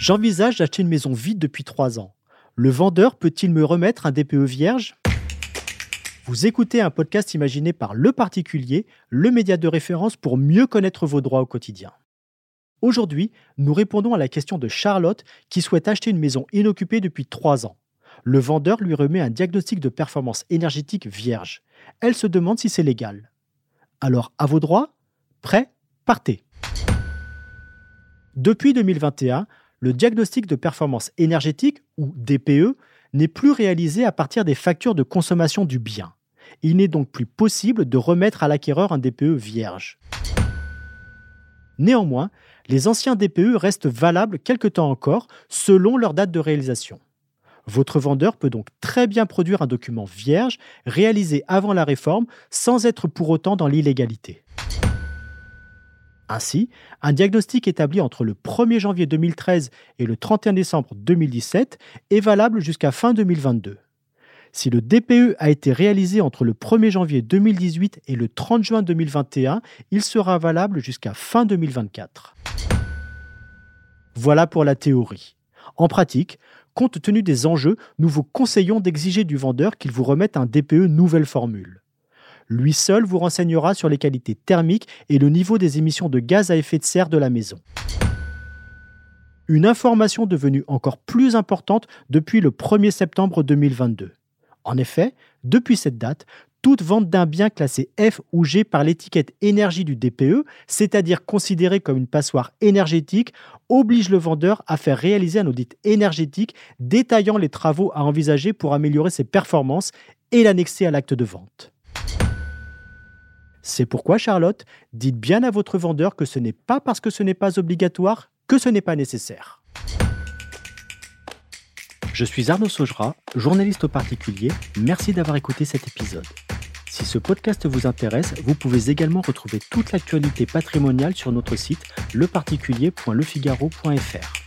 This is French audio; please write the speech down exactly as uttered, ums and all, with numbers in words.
J'envisage d'acheter une maison vide depuis trois ans. Le vendeur peut-il me remettre un D P E vierge ? Vous écoutez un podcast imaginé par Le Particulier, le média de référence pour mieux connaître vos droits au quotidien. Aujourd'hui, nous répondons à la question de Charlotte qui souhaite acheter une maison inoccupée depuis trois ans. Le vendeur lui remet un diagnostic de performance énergétique vierge. Elle se demande si c'est légal. Alors, à vos droits ? Prêt ? Partez ! Depuis deux mille vingt et un, le diagnostic de performance énergétique, ou D P E, n'est plus réalisé à partir des factures de consommation du bien. Il n'est donc plus possible de remettre à l'acquéreur un D P E vierge. Néanmoins, les anciens D P E restent valables quelque temps encore, selon leur date de réalisation. Votre vendeur peut donc très bien produire un document vierge, réalisé avant la réforme, sans être pour autant dans l'illégalité. Ainsi, un diagnostic établi entre le premier janvier deux mille treize et le trente et un décembre deux mille dix-sept est valable jusqu'à fin deux mille vingt-deux. Si le D P E a été réalisé entre le premier janvier deux mille dix-huit et le trente juin deux mille vingt et un, il sera valable jusqu'à fin deux mille vingt-quatre. Voilà pour la théorie. En pratique, compte tenu des enjeux, nous vous conseillons d'exiger du vendeur qu'il vous remette un D P E nouvelle formule. Lui seul vous renseignera sur les qualités thermiques et le niveau des émissions de gaz à effet de serre de la maison. Une information devenue encore plus importante depuis le premier septembre deux mille vingt-deux. En effet, depuis cette date, toute vente d'un bien classé F ou G par l'étiquette énergie du D P E, c'est-à-dire considéré comme une passoire énergétique, oblige le vendeur à faire réaliser un audit énergétique détaillant les travaux à envisager pour améliorer ses performances et l'annexer à l'acte de vente. C'est pourquoi, Charlotte, dites bien à votre vendeur que ce n'est pas parce que ce n'est pas obligatoire que ce n'est pas nécessaire. Je suis Arnaud Saugera, journaliste au particulier. Merci d'avoir écouté cet épisode. Si ce podcast vous intéresse, vous pouvez également retrouver toute l'actualité patrimoniale sur notre site le particulier point le figaro point f r.